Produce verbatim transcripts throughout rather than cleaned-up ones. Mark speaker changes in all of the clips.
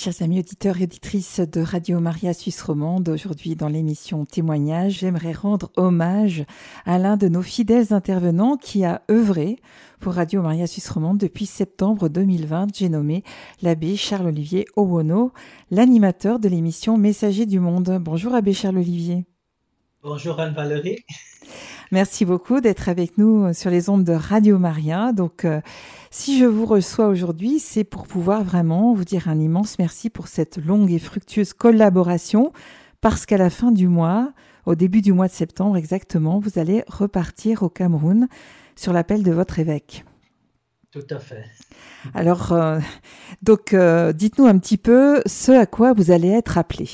Speaker 1: Chers amis auditeurs et auditrices de Radio Maria Suisse Romande, aujourd'hui dans l'émission Témoignages, j'aimerais rendre hommage à l'un de nos fidèles intervenants qui a œuvré pour Radio Maria Suisse Romande depuis septembre deux mille vingt. J'ai nommé l'abbé Charles-Olivier Owono, l'animateur de l'émission Messager du Monde. Bonjour abbé Charles-Olivier.
Speaker 2: Bonjour Anne-Valérie.
Speaker 1: Merci beaucoup d'être avec nous sur les ondes de Radio Maria. Donc, euh, si je vous reçois aujourd'hui, c'est pour pouvoir vraiment vous dire un immense merci pour cette longue et fructueuse collaboration, parce qu'à la fin du mois, au début du mois de septembre exactement, vous allez repartir au Cameroun sur l'appel de votre évêque.
Speaker 2: Tout à fait.
Speaker 1: Alors, euh, donc, euh, dites-nous un petit peu ce à quoi vous allez être appelé.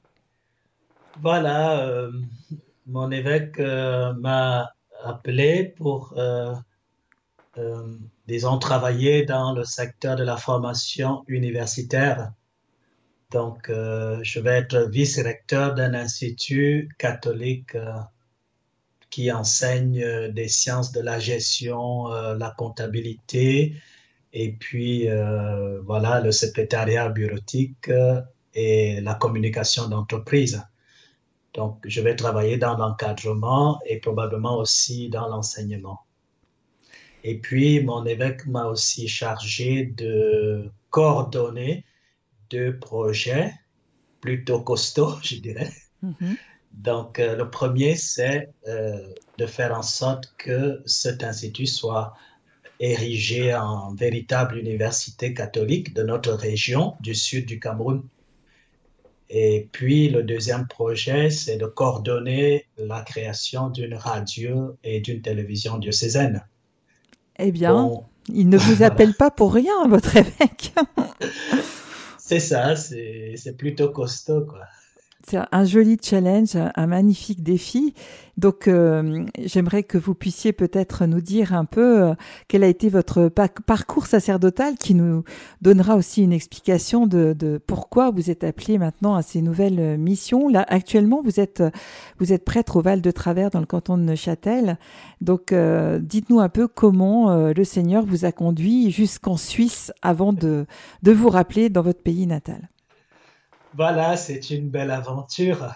Speaker 2: Voilà, euh, mon évêque euh, m'a appelé pour, euh, euh, disons, travailler dans le secteur de la formation universitaire. Donc, euh, je vais être vice-recteur d'un institut catholique euh, qui enseigne euh, des sciences de la gestion, euh, la comptabilité, et puis, euh, voilà, le secrétariat bureautique euh, et la communication d'entreprise. Donc, je vais travailler dans l'encadrement et probablement aussi dans l'enseignement. Et puis, mon évêque m'a aussi chargé de coordonner deux projets plutôt costauds, je dirais.
Speaker 1: Mm-hmm.
Speaker 2: Donc, euh, le premier, c'est euh, de faire en sorte que cet institut soit érigé en véritable université catholique de notre région du sud du Cameroun. Et puis, le deuxième projet, c'est de coordonner la création d'une radio et d'une télévision diocésaine.
Speaker 1: Eh bien,
Speaker 2: Bon,
Speaker 1: il ne vous
Speaker 2: voilà.
Speaker 1: appelle pas pour rien, votre évêque.
Speaker 2: C'est ça, c'est, c'est plutôt costaud, quoi.
Speaker 1: C'est un joli challenge, un magnifique défi. Donc, euh, j'aimerais que vous puissiez peut-être nous dire un peu euh, quel a été votre pa- parcours sacerdotal, qui nous donnera aussi une explication de, de pourquoi vous êtes appelé maintenant à ces nouvelles missions. Là, actuellement, vous êtes, vous êtes prêtre au Val de Travers, dans le canton de Neuchâtel. Donc, euh, dites-nous un peu comment euh, le Seigneur vous a conduit jusqu'en Suisse avant de, de vous rappeler dans votre pays natal.
Speaker 2: Voilà, c'est une belle aventure.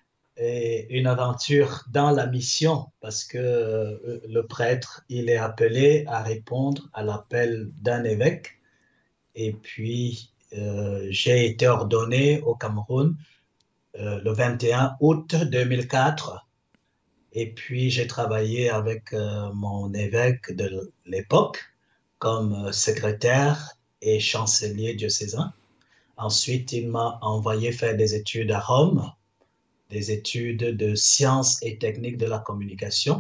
Speaker 2: Et une aventure dans la mission, parce que euh, le prêtre, il est appelé à répondre à l'appel d'un évêque. Et puis, euh, j'ai été ordonné au Cameroun euh, le vingt et un août deux mille quatre. Et puis, j'ai travaillé avec euh, mon évêque de l'époque comme euh, secrétaire et chancelier diocésain. Ensuite, il m'a envoyé faire des études à Rome, des études de sciences et techniques de la communication.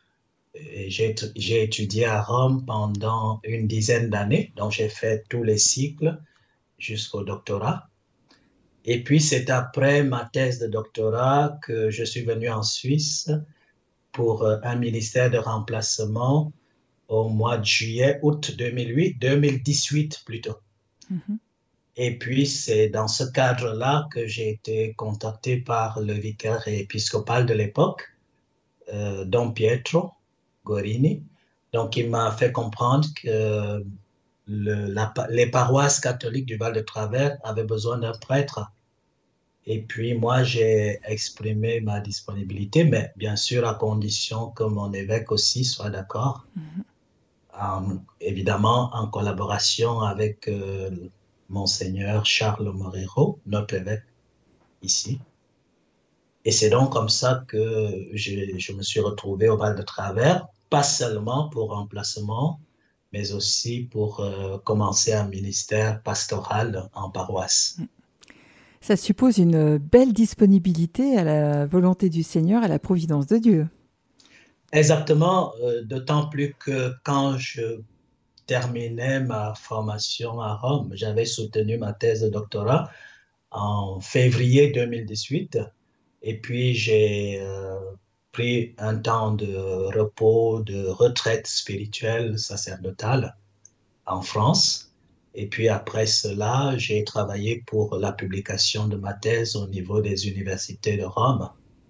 Speaker 2: Et j'ai, j'ai étudié à Rome pendant une dizaine d'années, donc j'ai fait tous les cycles jusqu'au doctorat. Et puis c'est après ma thèse de doctorat que je suis venu en Suisse pour un ministère de remplacement au mois de juillet, août deux mille huit, deux mille dix-huit plutôt. Mm-hmm. Et puis, c'est dans ce cadre-là que j'ai été contacté par le vicaire épiscopal de l'époque, euh, Don Pietro Gorini. Donc, il m'a fait comprendre que le, la, les paroisses catholiques du Val de Travers avaient besoin d'un prêtre. Et puis, moi, j'ai exprimé ma disponibilité, mais bien sûr, à condition que mon évêque aussi soit d'accord. Mm-hmm. En, évidemment, en collaboration avec euh, Monseigneur Charles Morero, notre évêque ici. Et c'est donc comme ça que je, je me suis retrouvé au Val de Travers, pas seulement pour remplacement, mais aussi pour euh, commencer un ministère pastoral en paroisse.
Speaker 1: Ça suppose une belle disponibilité à la volonté du Seigneur, à la providence de Dieu.
Speaker 2: Exactement, euh, d'autant plus que quand je terminais ma formation à Rome, j'avais soutenu ma thèse de doctorat en février deux mille dix-huit. Et puis, j'ai euh, pris un temps de repos, de retraite spirituelle sacerdotale en France. Et puis, après cela, j'ai travaillé pour la publication de ma thèse au niveau des universités de Rome.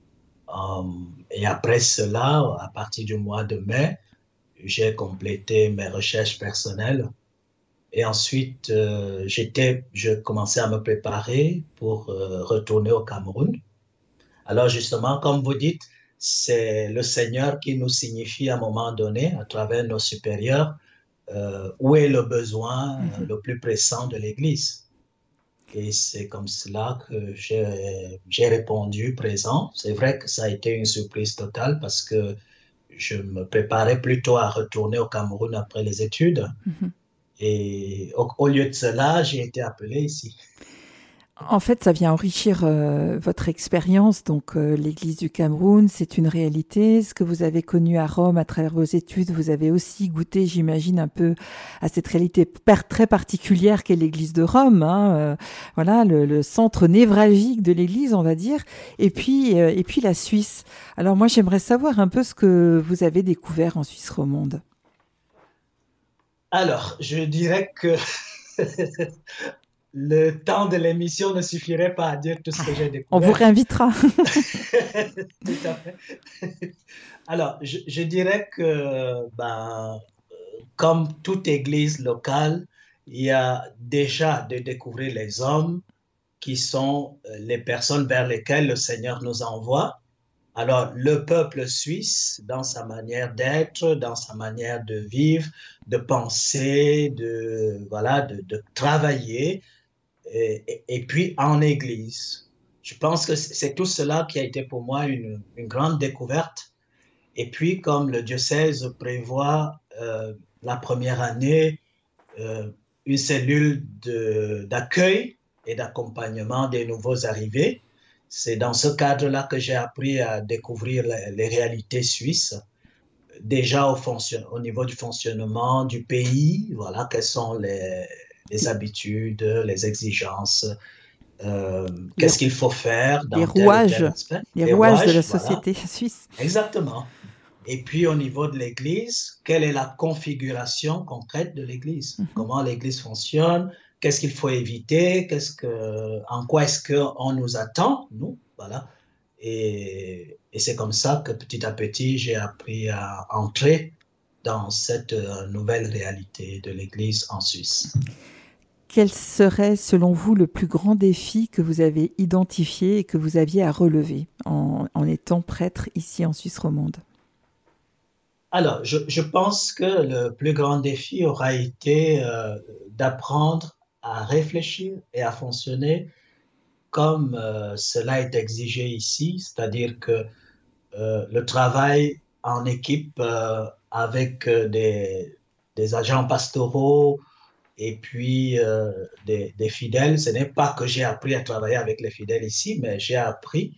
Speaker 2: Um, et après cela, à partir du mois de mai, j'ai complété mes recherches personnelles. Et ensuite, euh, j'étais, je commençais à me préparer pour euh, retourner au Cameroun. Alors justement, comme vous dites, c'est le Seigneur qui nous signifie à un moment donné, à travers nos supérieurs, euh, où est le besoin euh,
Speaker 1: Mhm.
Speaker 2: le plus pressant de l'Église. Et c'est comme cela que j'ai j'ai répondu présent. C'est vrai que ça a été une surprise totale parce que je me préparais plutôt à retourner au Cameroun après les études.
Speaker 1: Mhm.
Speaker 2: Et au, au lieu de cela, j'ai été appelé ici.
Speaker 1: En fait, ça vient enrichir euh, votre expérience. Donc, euh, l'Église du Cameroun, c'est une réalité. Ce que vous avez connu à Rome à travers vos études, vous avez aussi goûté, j'imagine, un peu à cette réalité per- très particulière qu'est l'Église de Rome. Hein. Euh, voilà, le, le centre névralgique de l'Église, on va dire. Et puis, euh, et puis la Suisse. Alors, moi, j'aimerais savoir un peu ce que vous avez découvert en Suisse romande.
Speaker 2: Alors, je dirais que le temps de l'émission ne suffirait pas à dire tout ce que j'ai
Speaker 1: On vous
Speaker 2: découvert.
Speaker 1: réinvitera.
Speaker 2: Tout à fait. Alors, je, je dirais que, ben, comme toute église locale, il y a déjà de découvrir les hommes qui sont euh, les personnes vers lesquelles le Seigneur nous envoie. Alors, le peuple suisse, dans sa manière d'être, dans sa manière de vivre, de penser, de, voilà, de, de travailler, et, et, et puis en Église. Je pense que c'est tout cela qui a été pour moi une, une grande découverte. Et puis, comme le diocèse prévoit euh, la première année euh, une cellule d'accueil et d'accompagnement des nouveaux arrivés, c'est dans ce cadre-là que j'ai appris à découvrir les, les réalités suisses, déjà au, fonction, au niveau du fonctionnement du pays, voilà, quelles sont les, les habitudes, les exigences, euh,
Speaker 1: Les,
Speaker 2: qu'est-ce qu'il faut faire
Speaker 1: les
Speaker 2: dans tel ou tel
Speaker 1: rouages,
Speaker 2: aspect,
Speaker 1: les
Speaker 2: les
Speaker 1: rouages de la
Speaker 2: rouages, voilà,
Speaker 1: société suisse.
Speaker 2: exactement. Et puis au niveau de l'Église, quelle est la configuration concrète de l'Église?
Speaker 1: Mhm.
Speaker 2: Comment l'Église fonctionne? Qu'est-ce qu'il faut éviter? Qu'est-ce que, en quoi est-ce qu'on nous attend, nous? Voilà. Et, et c'est comme ça que petit à petit, j'ai appris à entrer dans cette euh, nouvelle réalité de l'Église en Suisse.
Speaker 1: Quel serait, selon vous, le plus grand défi que vous avez identifié et que vous aviez à relever en, en étant prêtre ici en Suisse romande?
Speaker 2: Alors, je, je pense que le plus grand défi aura été euh, d'apprendre à réfléchir et à fonctionner comme euh, cela est exigé ici, c'est-à-dire que euh, le travail en équipe euh, avec euh, des, des agents pastoraux et puis euh, des, des fidèles, ce n'est pas que j'ai appris à travailler avec les fidèles ici, mais j'ai appris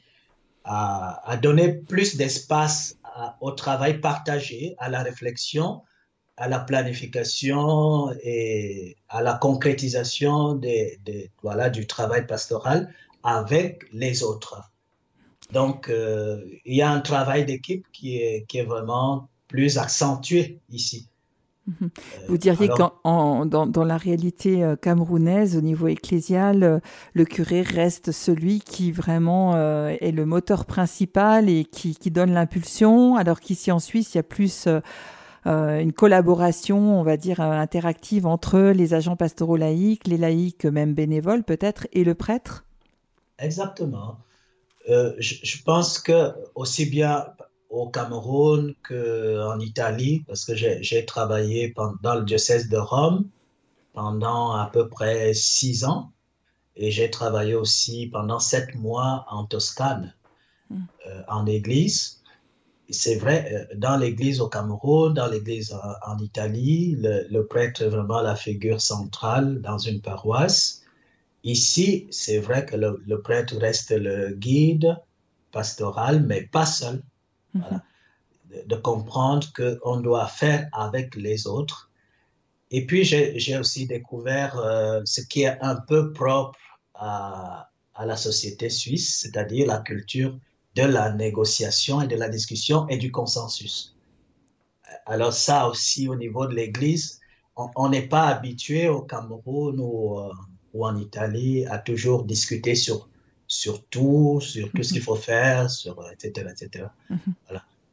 Speaker 2: à, à donner plus d'espace à- au travail partagé, à la réflexion, à la planification et à la concrétisation des, des- voilà, du travail pastoral avec les autres. Donc, euh, il y a un travail d'équipe qui est, qui est vraiment plus accentué ici.
Speaker 1: Mhm. Vous
Speaker 2: Euh,
Speaker 1: diriez qu'en
Speaker 2: alors,
Speaker 1: en- dans, dans la réalité euh, camerounaise, au niveau ecclésial, euh, le curé reste celui qui vraiment euh, est le moteur principal et qui, qui donne l'impulsion, alors qu'ici en Suisse, il y a plus euh, euh, une collaboration, on va dire, euh, interactive entre les agents pastoraux laïcs, les laïcs, même bénévoles peut-être, et le prêtre.
Speaker 2: exactement. Euh, je, je pense que aussi bien au Cameroun qu'en Italie, parce que j'ai j'ai travaillé pendant, dans le diocèse de Rome pendant à peu près six ans et j'ai travaillé aussi pendant sept mois en Toscane,
Speaker 1: Mm.
Speaker 2: euh, en église. C'est vrai, euh, dans l'église au Cameroun, dans l'église en, en Italie, le, le prêtre est vraiment la figure centrale dans une paroisse. Ici, c'est vrai que le, le prêtre reste le guide pastoral, mais pas seul.
Speaker 1: Mhm.
Speaker 2: Voilà. De, de comprendre qu'on doit faire avec les autres. Et puis, j'ai j'ai aussi découvert euh, ce qui est un peu propre à, à la société suisse, c'est-à-dire la culture de la négociation et de la discussion et du consensus. Alors ça aussi, au niveau de l'Église, on n'est pas habitué au Cameroun ou, euh, ou en Italie à toujours discuter sur, sur tout, sur tout ce
Speaker 1: Mhm.
Speaker 2: qu'il faut faire, sur, et cetera, et cetera.
Speaker 1: Mhm.
Speaker 2: Voilà.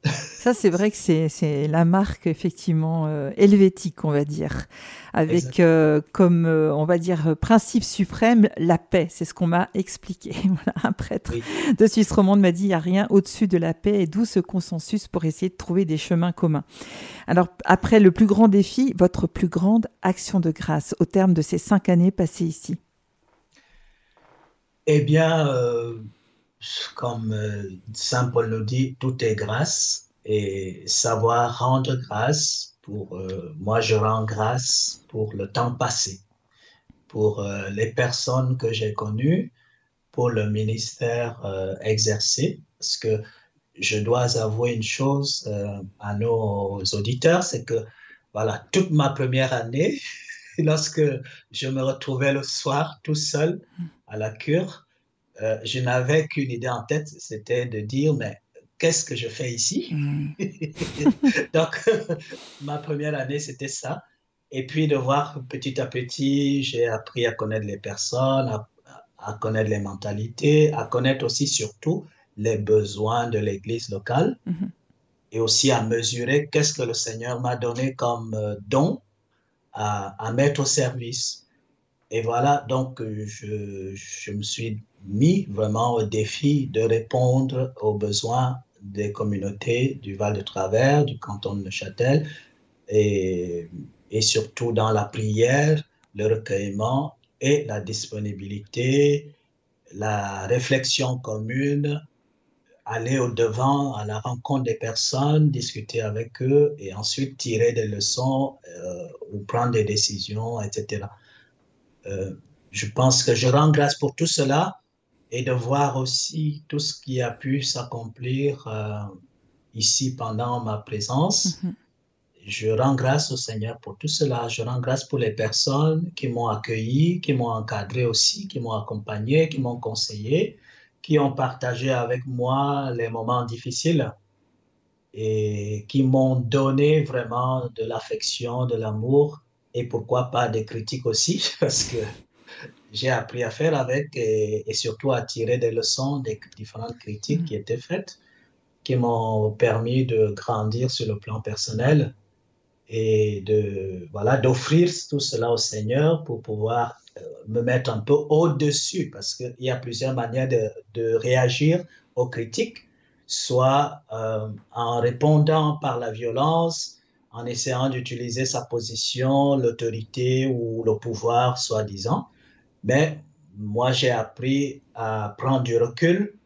Speaker 1: Ça, c'est vrai que c'est, c'est la marque, effectivement, euh, helvétique, on va dire, avec euh, comme, euh, on va dire, euh, principe suprême, la paix. C'est ce qu'on m'a expliqué. Voilà, un prêtre
Speaker 2: Oui.
Speaker 1: de Suisse romande m'a dit, il n'y a rien au-dessus de la paix, et d'où ce consensus pour essayer de trouver des chemins communs. Alors, après le plus grand défi, votre plus grande action de grâce, au terme de ces cinq années passées ici.
Speaker 2: Eh bien, euh, comme euh, Saint Paul nous dit, tout est grâce et savoir rendre grâce pour, euh, moi je rends grâce pour le temps passé, pour euh, les personnes que j'ai connues, pour le ministère euh, exercé, parce que je dois avouer une chose euh, à nos auditeurs, c'est que voilà, toute ma première année, lorsque je me retrouvais le soir tout seul à la cure, euh, je n'avais qu'une idée en tête, c'était de dire, mais qu'est-ce que je fais ici?
Speaker 1: Mmh.
Speaker 2: Donc, ma première année, c'était ça. Et puis de voir petit à petit, j'ai appris à connaître les personnes, à, à connaître les mentalités, à connaître aussi surtout les besoins de l'Église locale
Speaker 1: Mmh.
Speaker 2: et aussi à mesurer qu'est-ce que le Seigneur m'a donné comme euh, don à, à mettre au service. Et voilà, donc je, je me suis mis vraiment au défi de répondre aux besoins des communautés du Val de Travers, du canton de Neuchâtel, et, et surtout dans la prière, le recueillement et la disponibilité, la réflexion commune, aller au-devant à la rencontre des personnes, discuter avec eux et ensuite tirer des leçons euh, ou prendre des décisions, et cetera. Euh, je pense que je rends grâce pour tout cela et de voir aussi tout ce qui a pu s'accomplir euh, ici pendant ma présence.
Speaker 1: Mmh.
Speaker 2: Je rends grâce au Seigneur pour tout cela. Je rends grâce pour les personnes qui m'ont accueilli, qui m'ont encadré aussi, qui m'ont accompagné, qui m'ont conseillé, qui ont partagé avec moi les moments difficiles et qui m'ont donné vraiment de l'affection, de l'amour et pourquoi pas des critiques aussi, parce que j'ai appris à faire avec et, et surtout à tirer des leçons des différentes critiques qui étaient faites, qui m'ont permis de grandir sur le plan personnel et de voilà d'offrir tout cela au Seigneur pour pouvoir euh, me mettre un peu au-dessus parce qu'il y a plusieurs manières de, de réagir aux critiques, soit euh, en répondant par la violence, en essayant d'utiliser sa position, l'autorité ou le pouvoir, soi-disant. Mais moi, j'ai appris à prendre du recul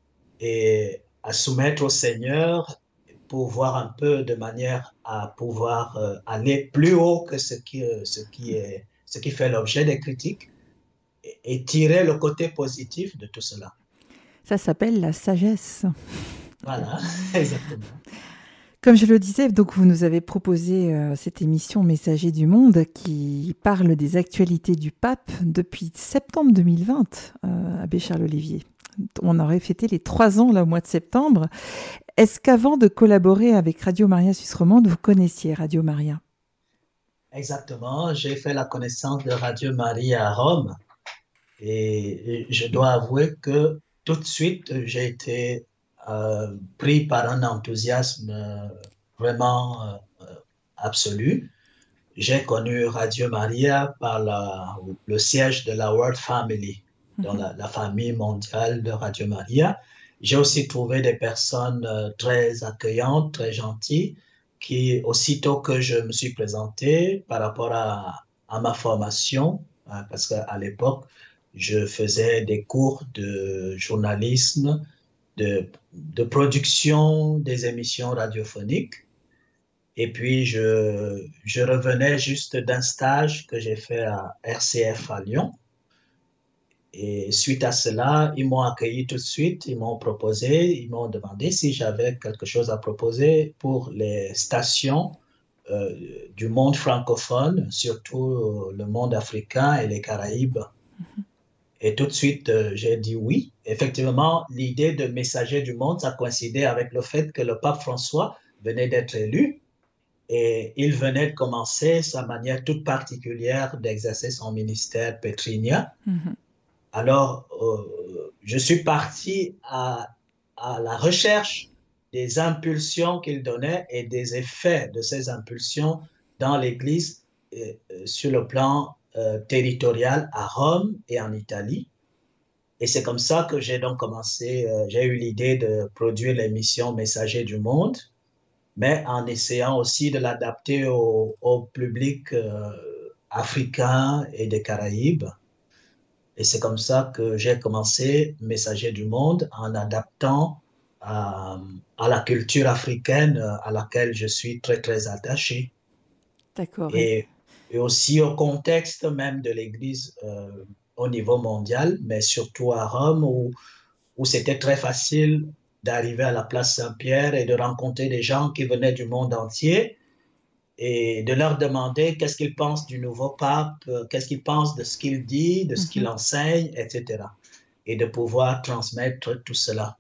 Speaker 2: et à soumettre au Seigneur pour voir un peu de manière à pouvoir euh, aller plus haut que ce qui, euh, ce qui, est, ce qui fait l'objet des critiques et, et tirer le côté positif de tout cela.
Speaker 1: Ça s'appelle la sagesse.
Speaker 2: Voilà, exactement.
Speaker 1: Comme je le disais, donc vous nous avez proposé euh, cette émission Messager du Monde qui parle des actualités du pape depuis septembre deux mille vingt, euh, Abbé Charles Olivier. On aurait fêté les trois ans là au mois de septembre. Est-ce qu'avant de collaborer avec Radio Maria Suisse Romande, vous connaissiez Radio Maria?
Speaker 2: Exactement. J'ai fait la connaissance de Radio Maria à Rome et je dois avouer que tout de suite, j'ai été euh, pris par un enthousiasme euh, vraiment euh, absolu. J'ai connu Radio Maria par la, le siège de la World Family, dans
Speaker 1: Mhm.
Speaker 2: la, la famille mondiale de Radio Maria. J'ai aussi trouvé des personnes euh, très accueillantes, très gentilles, qui, aussitôt que je me suis présenté par rapport à, à ma formation, hein, parce qu'à l'époque, je faisais des cours de journalisme, de, de production des émissions radiophoniques. Et puis, je, je revenais juste d'un stage que j'ai fait à R C F à Lyon. Et suite à cela, ils m'ont accueilli tout de suite, ils m'ont proposé, ils m'ont demandé si j'avais quelque chose à proposer pour les stations euh, du monde francophone, surtout le monde africain et les Caraïbes. Et tout de suite, euh, j'ai dit oui. Effectivement, l'idée de messager du monde, ça coïncidait avec le fait que le pape François venait d'être élu. Et il venait de commencer sa manière toute particulière d'exercer son ministère pétrinien.
Speaker 1: Mhm.
Speaker 2: Alors, euh, je suis parti à, à la recherche des impulsions qu'il donnait et des effets de ces impulsions dans l'Église euh, sur le plan euh, territorial à Rome et en Italie. Et c'est comme ça que j'ai donc commencé, euh, j'ai eu l'idée de produire l'émission Messager du Monde, mais en essayant aussi de l'adapter au, au public euh, africain et des Caraïbes. Et c'est comme ça que j'ai commencé Messager du Monde en adaptant à, à la culture africaine à laquelle je suis très, très attaché.
Speaker 1: D'accord.
Speaker 2: Et, et aussi au contexte même de l'Église euh, au niveau mondial, mais surtout à Rome où, où c'était très facile d'arriver à la place Saint-Pierre et de rencontrer des gens qui venaient du monde entier et de leur demander qu'est-ce qu'ils pensent du nouveau pape, qu'est-ce qu'ils pensent de ce qu'il dit, de ce qu'il
Speaker 1: Mhm.
Speaker 2: enseigne, et cetera. Et de pouvoir transmettre tout cela.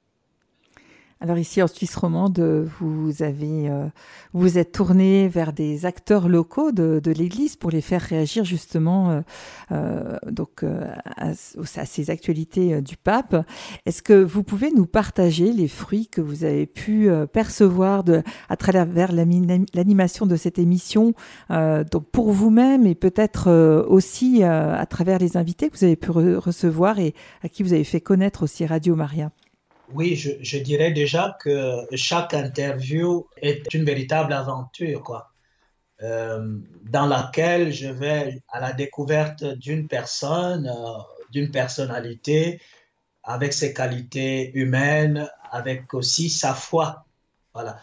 Speaker 1: Alors ici en Suisse romande, vous avez, euh, vous êtes tourné vers des acteurs locaux de, de l'Église pour les faire réagir justement euh, euh, donc euh, à, à ces actualités euh, du pape. Est-ce que vous pouvez nous partager les fruits que vous avez pu euh, percevoir de, à travers l'animation de cette émission, euh, donc pour vous-même et peut-être euh, aussi euh, à travers les invités que vous avez pu re recevoir et à qui vous avez fait connaître aussi Radio Maria?
Speaker 2: Oui, je, je dirais déjà que chaque interview est une véritable aventure, quoi, euh, dans laquelle je vais à la découverte d'une personne, euh, d'une personnalité, avec ses qualités humaines, avec aussi sa foi. Voilà.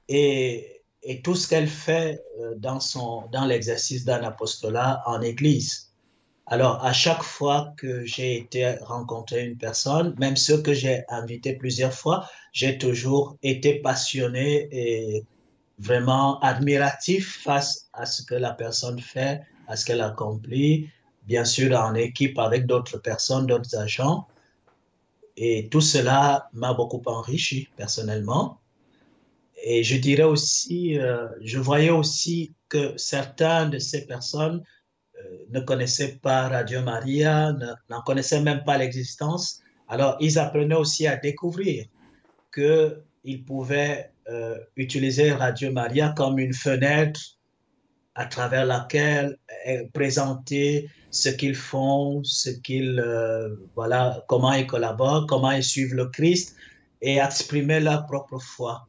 Speaker 2: Et, et tout ce qu'elle fait euh, dans son, dans l'exercice d'un apostolat en Église. Alors, à chaque fois que j'ai été rencontrer une personne, même ceux que j'ai invités plusieurs fois, j'ai toujours été passionné et vraiment admiratif face à ce que la personne fait, à ce qu'elle accomplit, bien sûr en équipe avec d'autres personnes, d'autres agents. Et tout cela m'a beaucoup enrichi personnellement. Et je dirais aussi, euh, je voyais aussi que certaines de ces personnes euh, ne connaissaient pas Radio Maria, n'en connaissaient même pas l'existence. Alors, ils apprenaient aussi à découvrir qu'ils pouvaient euh, utiliser Radio Maria comme une fenêtre à travers laquelle est présenté ce qu'ils font, ce qu'ils, euh, voilà, comment ils collaborent, comment ils suivent le Christ et exprimer leur propre foi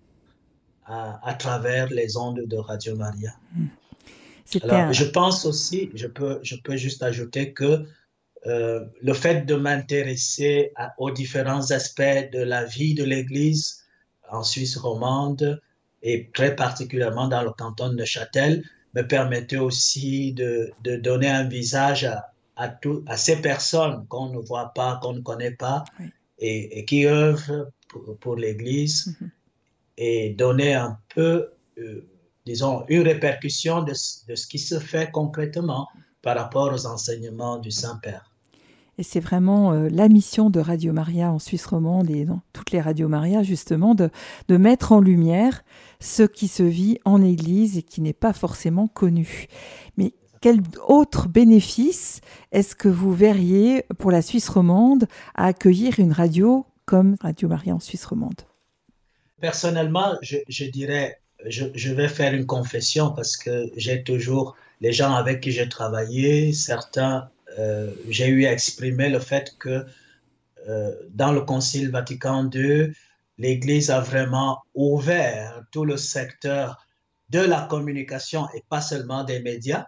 Speaker 2: à, à travers les ondes de Radio Maria.
Speaker 1: C'était
Speaker 2: Alors,
Speaker 1: un...
Speaker 2: je pense aussi, je peux, je peux juste ajouter que euh, le fait de m'intéresser à- aux différents aspects de la vie de l'Église en Suisse romande et très particulièrement dans le canton de Neuchâtel me permettait aussi de, de donner un visage à, à, tout, à ces personnes qu'on ne voit pas, qu'on ne connaît pas
Speaker 1: Oui.
Speaker 2: et, et qui œuvrent pour, pour l'Église
Speaker 1: Mhm.
Speaker 2: et donner un peu, euh, disons, une répercussion de, de ce qui se fait concrètement par rapport aux enseignements du Saint-Père.
Speaker 1: Et c'est vraiment euh, la mission de Radio Maria en Suisse romande et dans toutes les Radio Maria, justement, de, de mettre en lumière ce qui se vit en Église et qui n'est pas forcément connu. Mais quel autre bénéfice est-ce que vous verriez pour la Suisse romande à accueillir une radio comme Radio Maria en Suisse romande?
Speaker 2: Personnellement, je, je dirais, je, je vais faire une confession parce que j'ai toujours, les gens avec qui j'ai travaillé, certains, euh, j'ai eu à exprimer le fait que euh, dans le Concile Vatican deux, l'Église a vraiment ouvert tout le secteur de la communication et pas seulement des médias.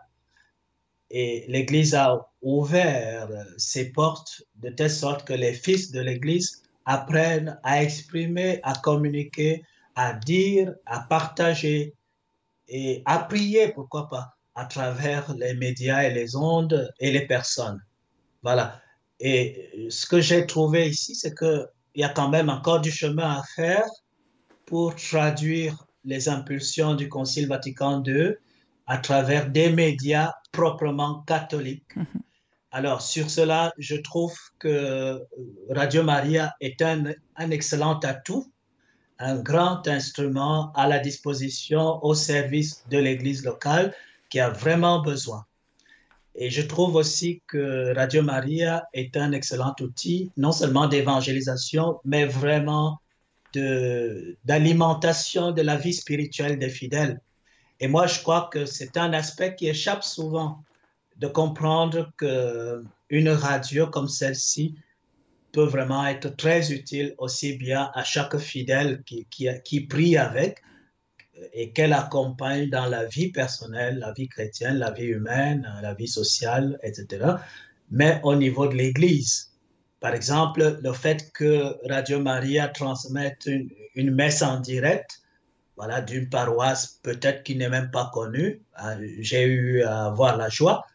Speaker 2: Et l'Église a ouvert ses portes de telle sorte que les fils de l'Église apprennent à exprimer, à communiquer, à dire, à partager et à prier, pourquoi pas, à travers les médias et les ondes et les personnes. Voilà. Et ce que j'ai trouvé ici, c'est qu'il y a quand même encore du chemin à faire pour traduire les impulsions du Concile Vatican deux à travers des médias proprement catholiques.
Speaker 1: Mhm.
Speaker 2: Alors, sur cela, je trouve que Radio Maria est un, un excellent atout, un grand instrument à la disposition au service de l'Église locale qui a vraiment besoin. Et je trouve aussi que Radio Maria est un excellent outil, non seulement d'évangélisation, mais vraiment de, d'alimentation de la vie spirituelle des fidèles. Et moi, je crois que c'est un aspect qui échappe souvent, de comprendre qu'une radio comme celle-ci peut vraiment être très utile aussi bien à chaque fidèle qui, qui, qui prie avec et qu'elle accompagne dans la vie personnelle, la vie chrétienne, la vie humaine, la vie sociale, et cetera, mais au niveau de l'Église. Par exemple, le fait que Radio Maria transmette une, une messe en direct, voilà, d'une paroisse peut-être qui n'est même pas connue. J'ai eu à avoir la joie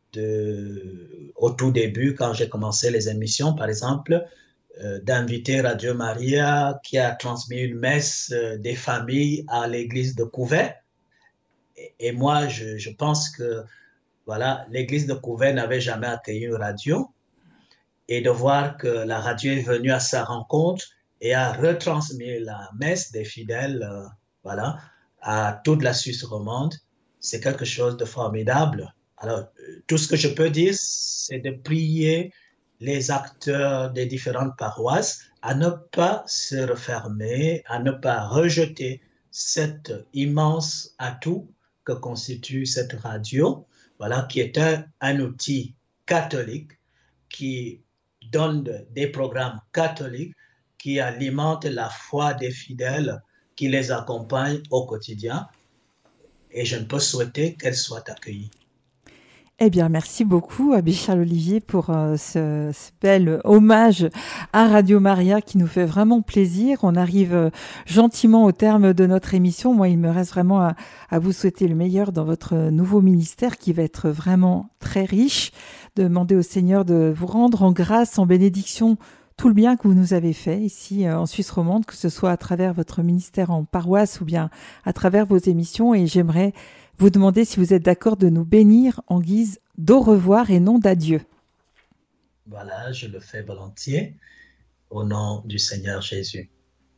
Speaker 2: de, au tout début, quand j'ai commencé les émissions, par exemple, euh, d'inviter Radio Maria qui a transmis une messe euh, des familles à l'église de Couvet. Et, et moi, je, je pense que voilà, l'église de Couvet n'avait jamais accueilli une radio. Et de voir que la radio est venue à sa rencontre et a retransmis la messe des fidèles euh, voilà, à toute la Suisse romande, c'est quelque chose de formidable. Alors, tout ce que je peux dire, c'est de prier les acteurs des différentes paroisses à ne pas se refermer, à ne pas rejeter cet immense atout que constitue cette radio, voilà, qui est un, un outil catholique qui donne des programmes catholiques qui alimentent la foi des fidèles, qui les accompagnent au quotidien. Et je ne peux souhaiter qu'elle soit accueillie.
Speaker 1: Eh bien, merci beaucoup, Abbé Charles Olivier, pour euh, ce, ce bel hommage à Radio Maria qui nous fait vraiment plaisir. On arrive euh, gentiment au terme de notre émission. Moi, il me reste vraiment à, à vous souhaiter le meilleur dans votre nouveau ministère qui va être vraiment très riche. Demander au Seigneur de vous rendre en grâce, en bénédiction, tout le bien que vous nous avez fait ici euh, en Suisse romande, que ce soit à travers votre ministère en paroisse ou bien à travers vos émissions. Et j'aimerais vous demander si vous êtes d'accord de nous bénir en guise d'au revoir et non d'adieu.
Speaker 2: Voilà, je le fais volontiers au nom du Seigneur Jésus.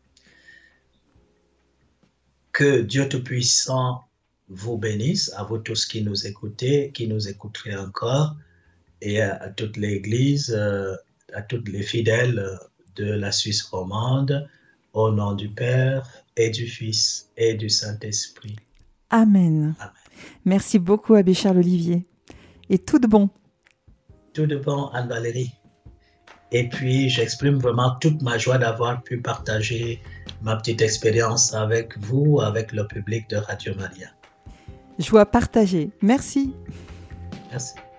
Speaker 2: Que Dieu Tout-Puissant vous bénisse, à vous tous qui nous écoutez, qui nous écouterez encore, et à, à toute l'Église, euh, à toutes les fidèles de la Suisse romande, au nom du Père et du Fils et du Saint-Esprit.
Speaker 1: Amen. Amen. Merci beaucoup, Abbé Charles Olivier. Et tout de bon.
Speaker 2: Tout de bon, Anne-Valérie. Et puis, j'exprime vraiment toute ma joie d'avoir pu partager ma petite expérience avec vous, avec le public de Radio Maria.
Speaker 1: Joie partagée. Merci.
Speaker 2: Merci.